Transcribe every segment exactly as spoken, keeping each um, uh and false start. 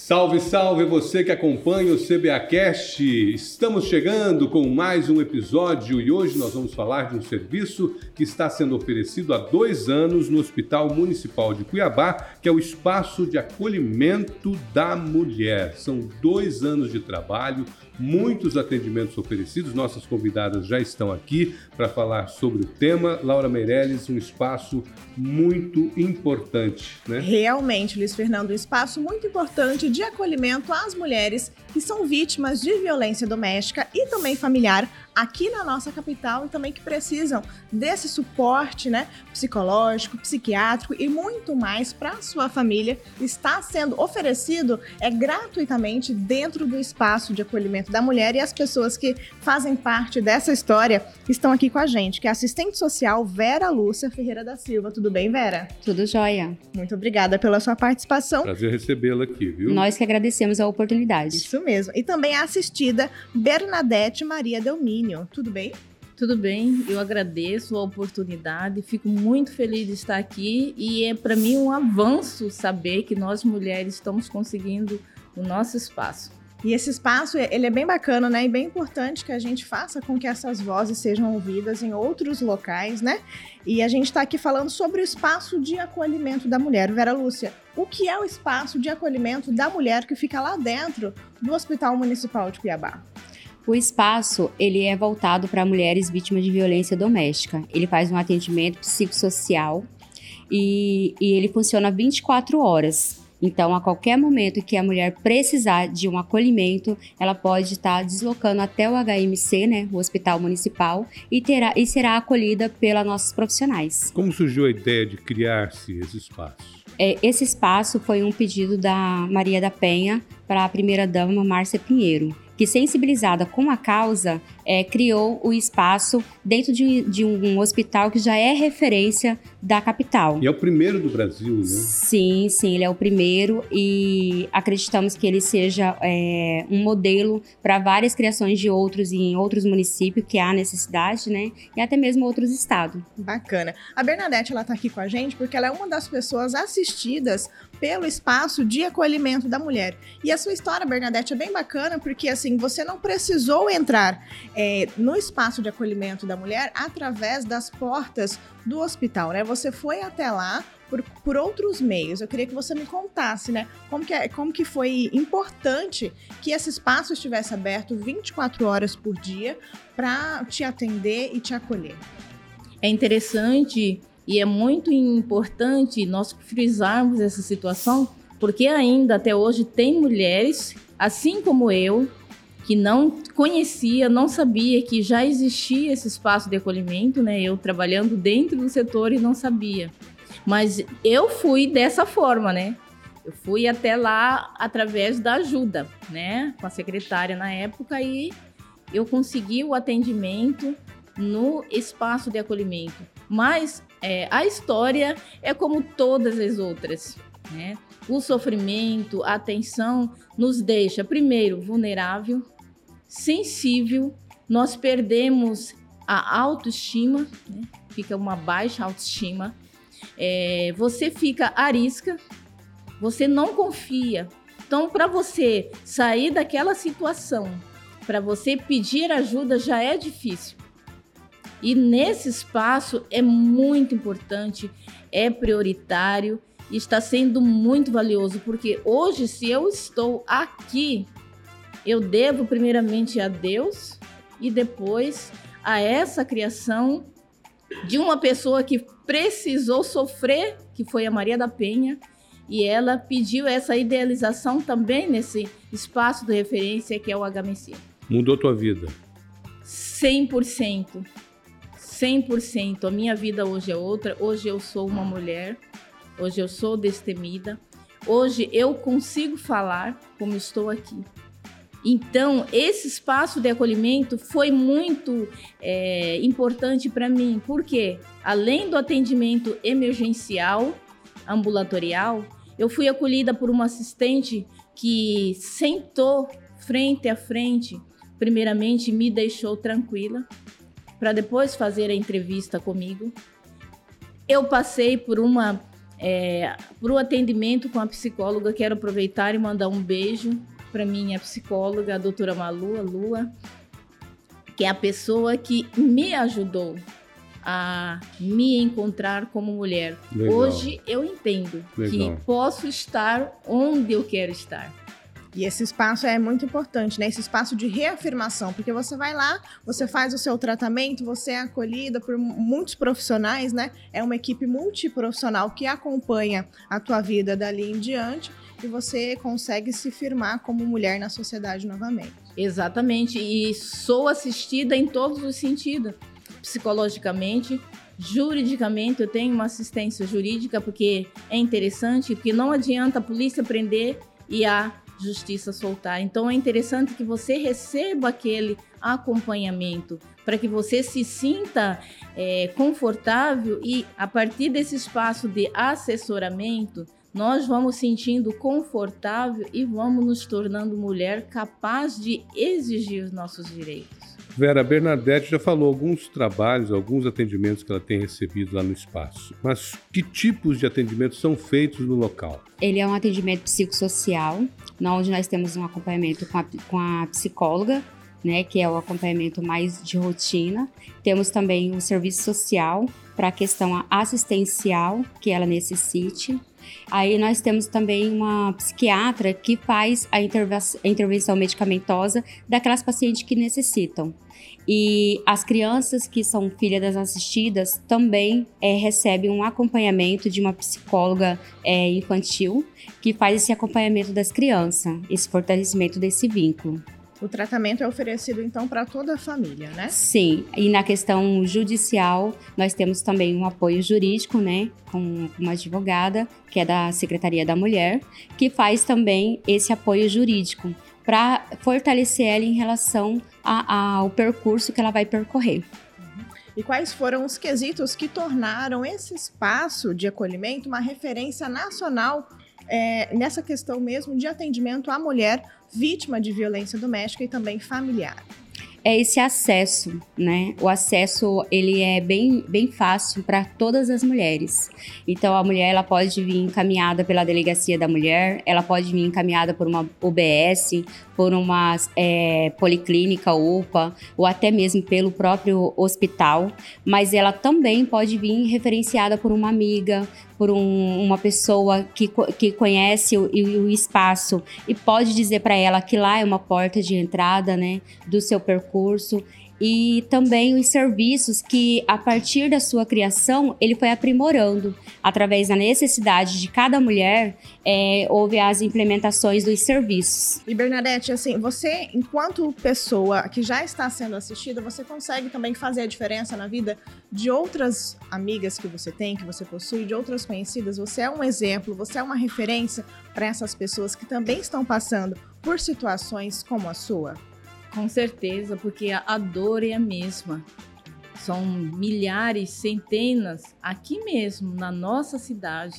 Salve, salve você que acompanha o C B A Cast. Estamos chegando com mais um episódio e hoje nós vamos falar de um serviço que está sendo oferecido há dois anos no Hospital Municipal de Cuiabá, que é o Espaço de Acolhimento da Mulher. São dois anos de trabalho, muitos atendimentos oferecidos. Nossas convidadas já estão aqui para falar sobre o tema. Laura Meirelles, um espaço muito importante, né? Realmente, Luiz Fernando, um espaço muito importante de acolhimento às mulheres que são vítimas de violência doméstica e também familiar aqui na nossa capital e também que precisam desse suporte, né, psicológico, psiquiátrico e muito mais para a sua família. Está sendo oferecido é, gratuitamente dentro do espaço de acolhimento da mulher e as pessoas que fazem parte dessa história estão aqui com a gente, que é a assistente social Vera Lúcia Ferreira da Silva. Tudo bem, Vera? Tudo jóia. Muito obrigada pela sua participação. Prazer recebê-la aqui, viu? Nós que agradecemos a oportunidade. Isso mesmo. E também a assistida Bernadette Maria Delmínio. Tudo bem? Tudo bem, eu agradeço a oportunidade, fico muito feliz de estar aqui e é para mim um avanço saber que nós mulheres estamos conseguindo o nosso espaço. E esse espaço, ele é bem bacana, né? E bem importante que a gente faça com que essas vozes sejam ouvidas em outros locais, né? E a gente está aqui falando sobre o espaço de acolhimento da mulher. Vera Lúcia, o que é o espaço de acolhimento da mulher que fica lá dentro do Hospital Municipal de Cuiabá? O espaço, ele é voltado para mulheres vítimas de violência doméstica. Ele faz um atendimento psicossocial e, e ele funciona vinte e quatro horas. Então, a qualquer momento que a mulher precisar de um acolhimento, ela pode estar deslocando até o H M C, né, o Hospital Municipal, e, terá, e será acolhida pelos nossos profissionais. Como surgiu a ideia de criar-se esse espaço? É, esse espaço foi um pedido da Maria da Penha para a primeira-dama Márcia Pinheiro, que, sensibilizada com a causa, é, criou o espaço dentro de, de um hospital que já é referência da capital. E é o primeiro do Brasil, né? Sim, sim, ele é o primeiro e acreditamos que ele seja é, um modelo para várias criações de outros em outros municípios que há necessidade, né? E até mesmo outros estados. Bacana. A Bernadette, ela tá aqui com a gente porque ela é uma das pessoas assistidas pelo espaço de acolhimento da mulher. E a sua história, Bernadette, é bem bacana porque, assim, você não precisou entrar é, no espaço de acolhimento da mulher através das portas do hospital, né? Você foi até lá por, por outros meios. Eu queria que você me contasse, né? Como que, é, como que foi importante que esse espaço estivesse aberto vinte e quatro horas por dia para te atender e te acolher. É interessante e é muito importante nós frisarmos essa situação, porque ainda até hoje tem mulheres, assim como eu, que não conhecia, não sabia que já existia esse espaço de acolhimento, né? Eu trabalhando dentro do setor e não sabia. Mas eu fui dessa forma, né? Eu fui até lá através da ajuda, né? Com a secretária na época e eu consegui o atendimento no espaço de acolhimento. Mas é, a história é como todas as outras, né? O sofrimento, a atenção nos deixa, primeiro, vulnerável, sensível, nós perdemos a autoestima, né? Fica uma baixa autoestima, é, você fica arisca, você não confia. Então, para você sair daquela situação, para você pedir ajuda já é difícil. E nesse espaço é muito importante, é prioritário e está sendo muito valioso, porque hoje, se eu estou aqui, eu devo primeiramente a Deus e depois a essa criação de uma pessoa que precisou sofrer, que foi a Maria da Penha, e ela pediu essa idealização também nesse espaço de referência que é o H M C. Mudou tua vida? cem por cento. cem por cento. A minha vida hoje é outra. Hoje eu sou uma mulher. Hoje eu sou destemida. Hoje eu consigo falar como estou aqui. Então, esse espaço de acolhimento foi muito é, importante para mim, porque além do atendimento emergencial, ambulatorial, eu fui acolhida por uma assistente que sentou frente a frente, primeiramente me deixou tranquila, para depois fazer a entrevista comigo. Eu passei por uma É, para o atendimento com a psicóloga, quero aproveitar e mandar um beijo para minha psicóloga, a doutora Malu, a Lua, que é a pessoa que me ajudou a me encontrar como mulher. Legal. Hoje eu entendo Legal. que posso estar onde eu quero estar. E esse espaço é muito importante, né? Esse espaço de reafirmação, porque você vai lá, você faz o seu tratamento, você é acolhida por muitos profissionais, né? É uma equipe multiprofissional que acompanha a tua vida dali em diante e você consegue se firmar como mulher na sociedade novamente. Exatamente, e sou assistida em todos os sentidos, psicologicamente, juridicamente, eu tenho uma assistência jurídica, porque é interessante, porque não adianta a polícia prender e a justiça soltar. Então é interessante que você receba aquele acompanhamento para que você se sinta é, confortável e a partir desse espaço de assessoramento nós vamos sentindo confortável e vamos nos tornando mulher capaz de exigir os nossos direitos. Vera, a Bernadette já falou alguns trabalhos, alguns atendimentos que ela tem recebido lá no espaço. Mas que tipos de atendimentos são feitos no local? Ele é um atendimento psicossocial, onde nós temos um acompanhamento com a, com a psicóloga, né, que é o acompanhamento mais de rotina. Temos também um serviço social para a questão assistencial que ela necessite. Aí nós temos também uma psiquiatra que faz a, interve- a intervenção medicamentosa daquelas pacientes que necessitam. E as crianças que são filhas das assistidas também é, recebem um acompanhamento de uma psicóloga é, infantil que faz esse acompanhamento das crianças, esse fortalecimento desse vínculo. O tratamento é oferecido, então, para toda a família, né? Sim, e na questão judicial, nós temos também um apoio jurídico, né, com uma advogada, que é da Secretaria da Mulher, que faz também esse apoio jurídico para fortalecer ela em relação a, a, ao percurso que ela vai percorrer. E quais foram os quesitos que tornaram esse espaço de acolhimento uma referência nacional é, nessa questão mesmo de atendimento à mulher vítima de violência doméstica e também familiar? É esse acesso, né? O acesso, ele é bem, bem fácil para todas as mulheres. Então, a mulher, ela pode vir encaminhada pela Delegacia da Mulher, ela pode vir encaminhada por uma U B S, por uma é, policlínica, U P A, ou até mesmo pelo próprio hospital, mas ela também pode vir referenciada por uma amiga, por um, uma pessoa que, que conhece o, o espaço e pode dizer para ela que lá é uma porta de entrada, né, do seu percurso. E também os serviços que, a partir da sua criação, ele foi aprimorando. Através da necessidade de cada mulher, é, houve as implementações dos serviços. E Bernadette, assim, você, enquanto pessoa que já está sendo assistida, você consegue também fazer a diferença na vida de outras amigas que você tem, que você possui, de outras conhecidas? Você é um exemplo, você é uma referência para essas pessoas que também estão passando por situações como a sua? Com certeza, porque a dor é a mesma. São milhares, centenas, aqui mesmo, na nossa cidade,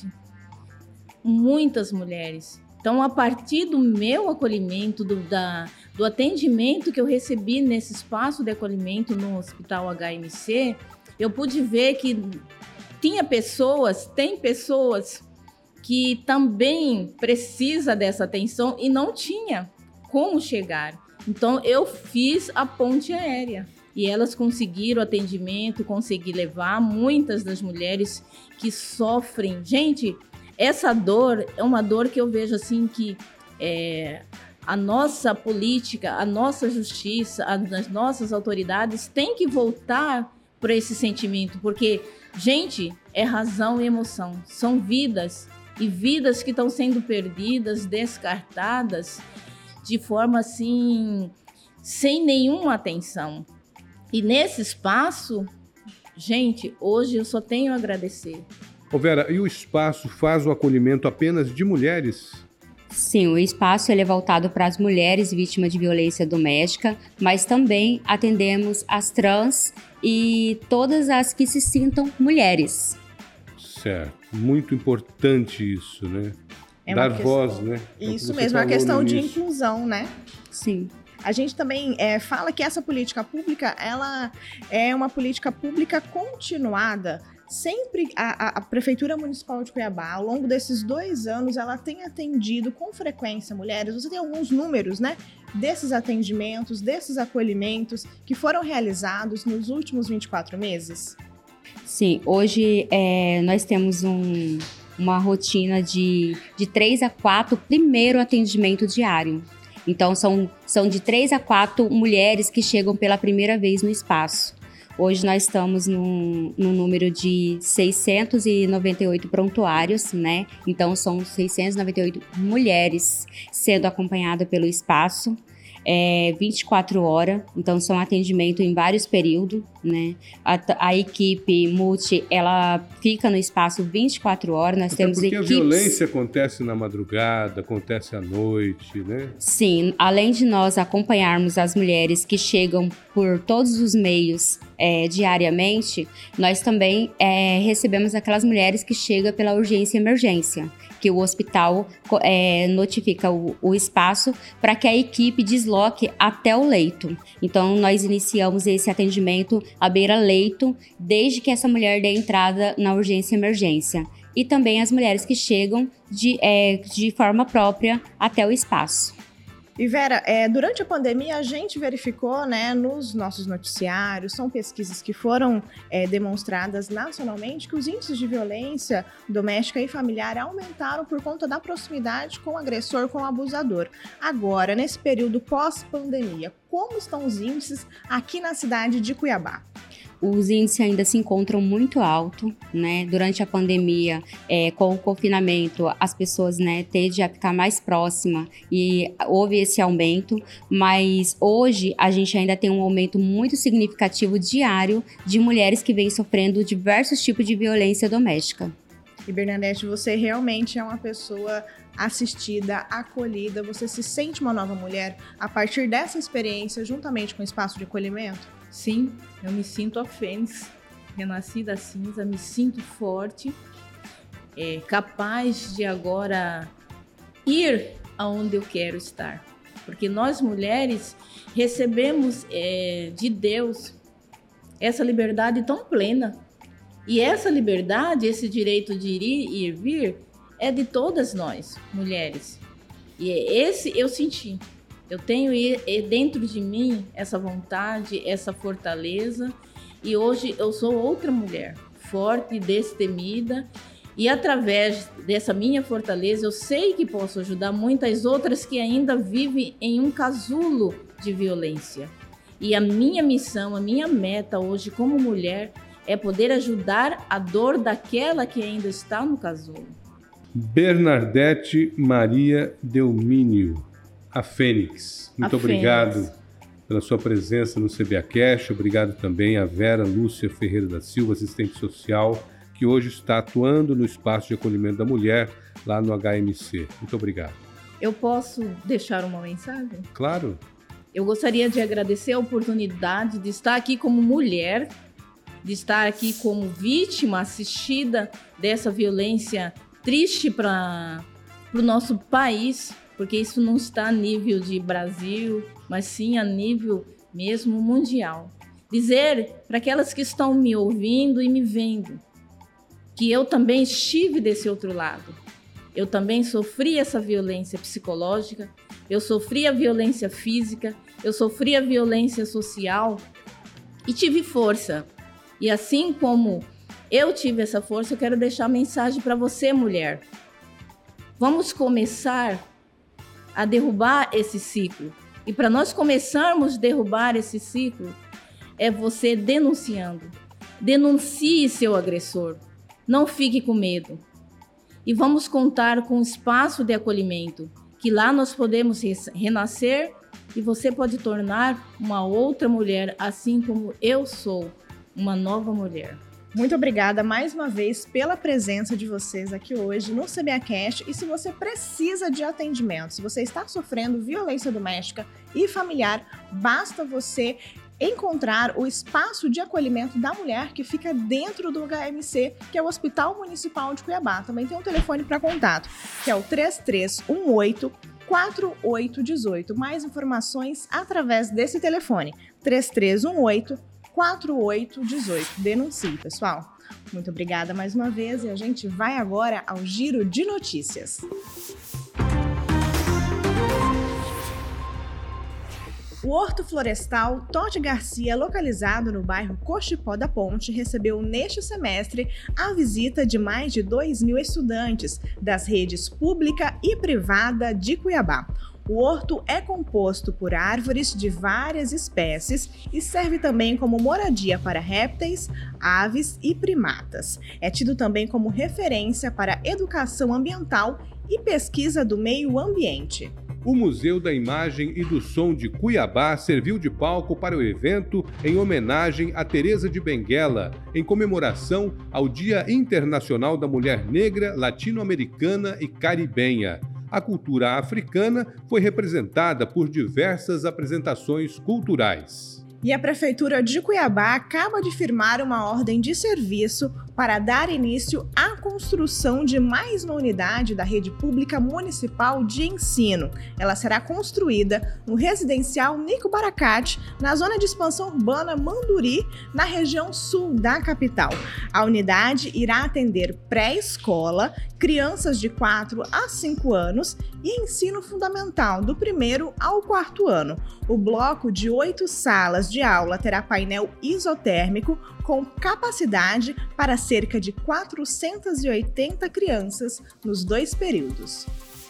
muitas mulheres. Então, a partir do meu acolhimento, do, da, do atendimento que eu recebi nesse espaço de acolhimento no Hospital H M C, eu pude ver que tinha pessoas, tem pessoas que também precisa dessa atenção e não tinha como chegar. Então, eu fiz a ponte aérea e elas conseguiram atendimento, consegui levar muitas das mulheres que sofrem. Gente, essa dor é uma dor que eu vejo assim que é, a nossa política, a nossa justiça, as nossas autoridades têm que voltar para esse sentimento, porque, gente, é razão e emoção. São vidas e vidas que estão sendo perdidas, descartadas, de forma assim, sem nenhuma atenção. E nesse espaço, gente, hoje eu só tenho a agradecer. Ô Vera, e o espaço faz o acolhimento apenas de mulheres? Sim, o espaço ele é voltado para as mulheres vítimas de violência doméstica, mas também atendemos as trans e todas as que se sintam mulheres. Certo, muito importante isso, né? É Dar questão... voz, né? Isso mesmo, é uma questão de inclusão, né? Sim. A gente também é, fala que essa política pública, ela é uma política pública continuada sempre a, a, a Prefeitura Municipal de Cuiabá, ao longo desses dois anos, ela tem atendido com frequência mulheres. Você tem alguns números, né, desses atendimentos, desses acolhimentos que foram realizados nos últimos vinte e quatro meses? Sim, hoje é, nós temos um, uma rotina de, de três a quatro primeiro atendimento diário. Então, são, são de três a quatro mulheres que chegam pela primeira vez no espaço. Hoje nós estamos num, num número de seiscentos e noventa e oito prontuários, né? Então, são seiscentas e noventa e oito mulheres sendo acompanhadas pelo espaço. É, vinte e quatro horas, então são atendimento em vários períodos, né? A, a equipe multi, ela fica no espaço vinte e quatro horas, nós Até temos porque equipes... a violência acontece na madrugada, acontece à noite, né? Sim, além de nós acompanharmos as mulheres que chegam por todos os meios é, diariamente, nós também é, recebemos aquelas mulheres que chegam pela urgência e emergência, que o hospital é, notifica o, o espaço para que a equipe desloque até o leito. Então, nós iniciamos esse atendimento à beira-leito, desde que essa mulher dê entrada na urgência e emergência. E também as mulheres que chegam de, é, de forma própria até o espaço. E Vera, é, durante a pandemia a gente verificou, né, nos nossos noticiários, são pesquisas que foram é, demonstradas nacionalmente, que os índices de violência doméstica e familiar aumentaram por conta da proximidade com o agressor, com o abusador. Agora, nesse período pós-pandemia, como estão os índices aqui na cidade de Cuiabá? Os índices ainda se encontram muito altos, né? Durante a pandemia, é, com o confinamento, as pessoas, né, tendem a ficar mais próximas e houve esse aumento, mas hoje a gente ainda tem um aumento muito significativo diário de mulheres que vêm sofrendo diversos tipos de violência doméstica. E Bernadette, você realmente é uma pessoa assistida, acolhida, você se sente uma nova mulher a partir dessa experiência juntamente com o espaço de acolhimento? Sim, eu me sinto a fênix, renasci da cinza, me sinto forte, é, capaz de agora ir aonde eu quero estar. Porque nós mulheres recebemos é, de Deus essa liberdade tão plena. E essa liberdade, esse direito de ir e ir vir, é de todas nós, mulheres. E esse eu senti. Eu tenho dentro de mim essa vontade, essa fortaleza, e hoje eu sou outra mulher, forte, destemida, e através dessa minha fortaleza eu sei que posso ajudar muitas outras que ainda vivem em um casulo de violência. E a minha missão, a minha meta hoje como mulher é poder ajudar a dor daquela que ainda está no casulo. Bernadette Maria Delmínio, a Fênix. Muito a obrigado Fênix. Pela sua presença no C B A Cash. Obrigado também a Vera Lúcia Ferreira da Silva, assistente social, que hoje está atuando no espaço de acolhimento da mulher lá no H M C. Muito obrigado. Eu posso deixar uma mensagem? Claro. Eu gostaria de agradecer a oportunidade de estar aqui como mulher, de estar aqui como vítima assistida dessa violência triste para o nosso país, porque isso não está a nível de Brasil, mas sim a nível mesmo mundial. Dizer para aquelas que estão me ouvindo e me vendo, que eu também estive desse outro lado. Eu também sofri essa violência psicológica, eu sofri a violência física, eu sofri a violência social e tive força. E assim como eu tive essa força, eu quero deixar a mensagem para você, mulher. Vamos começar a derrubar esse ciclo. E para nós começarmos a derrubar esse ciclo, é você denunciando. Denuncie seu agressor. Não fique com medo. E vamos contar com um espaço de acolhimento, que lá nós podemos renascer e você pode tornar uma outra mulher, assim como eu sou uma nova mulher. Muito obrigada mais uma vez pela presença de vocês aqui hoje no C B A Cash. E se você precisa de atendimento, se você está sofrendo violência doméstica e familiar, basta você encontrar o espaço de acolhimento da mulher que fica dentro do H M C, que é o Hospital Municipal de Cuiabá. Também tem um telefone para contato, que é o três três um oito, quatro oito um oito. Mais informações através desse telefone, três três um oito, quatro oito um oito. Denuncie, pessoal. Muito obrigada mais uma vez e a gente vai agora ao Giro de Notícias. O Horto Florestal Totti Garcia, localizado no bairro Cochipó da Ponte, recebeu neste semestre a visita de mais de dois mil estudantes das redes pública e privada de Cuiabá. O horto é composto por árvores de várias espécies e serve também como moradia para répteis, aves e primatas. É tido também como referência para educação ambiental e pesquisa do meio ambiente. O Museu da Imagem e do Som de Cuiabá serviu de palco para o evento em homenagem a Teresa de Benguela, em comemoração ao Dia Internacional da Mulher Negra, Latino-Americana e Caribenha. A cultura africana foi representada por diversas apresentações culturais. E a Prefeitura de Cuiabá acaba de firmar uma ordem de serviço para dar início à construção de mais uma unidade da rede pública municipal de ensino. Ela será construída no residencial Nico Baracate, na zona de expansão urbana Manduri, na região sul da capital. A unidade irá atender pré-escola, crianças de quatro a cinco anos e ensino fundamental do primeiro ao quarto ano. O bloco de oito salas de aula terá painel isotérmico com capacidade para cerca de quatrocentas e oitenta crianças nos dois períodos.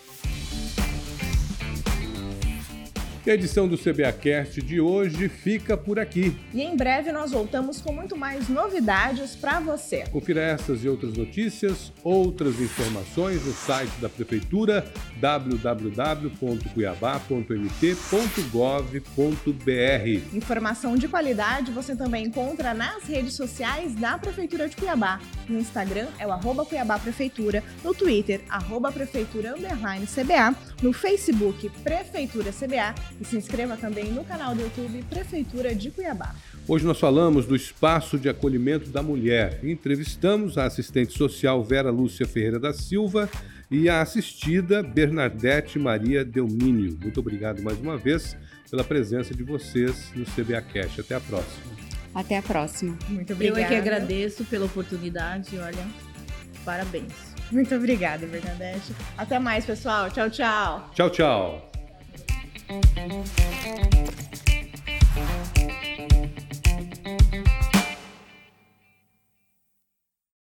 E a edição do C B A Cast de hoje fica por aqui. E em breve nós voltamos com muito mais novidades para você. Confira essas e outras notícias, outras informações no site da Prefeitura, w w w ponto cuiabá ponto m t ponto gov ponto b r. Informação de qualidade você também encontra nas redes sociais da Prefeitura de Cuiabá. No Instagram é o arroba Cuiabá Prefeitura, no Twitter, arroba Prefeitura underline C B A, no Facebook Prefeitura C B A e se inscreva também no canal do YouTube Prefeitura de Cuiabá. Hoje nós falamos do Espaço de Acolhimento da Mulher. Entrevistamos a assistente social Vera Lúcia Ferreira da Silva e a assistida Bernadette Maria Delmínio. Muito obrigado mais uma vez pela presença de vocês no C B A Cast. Até a próxima. Até a próxima. Muito obrigada. Eu é que agradeço pela oportunidade, olha, parabéns. Muito obrigada, Bernadette. Até mais, pessoal. Tchau, tchau. Tchau, tchau.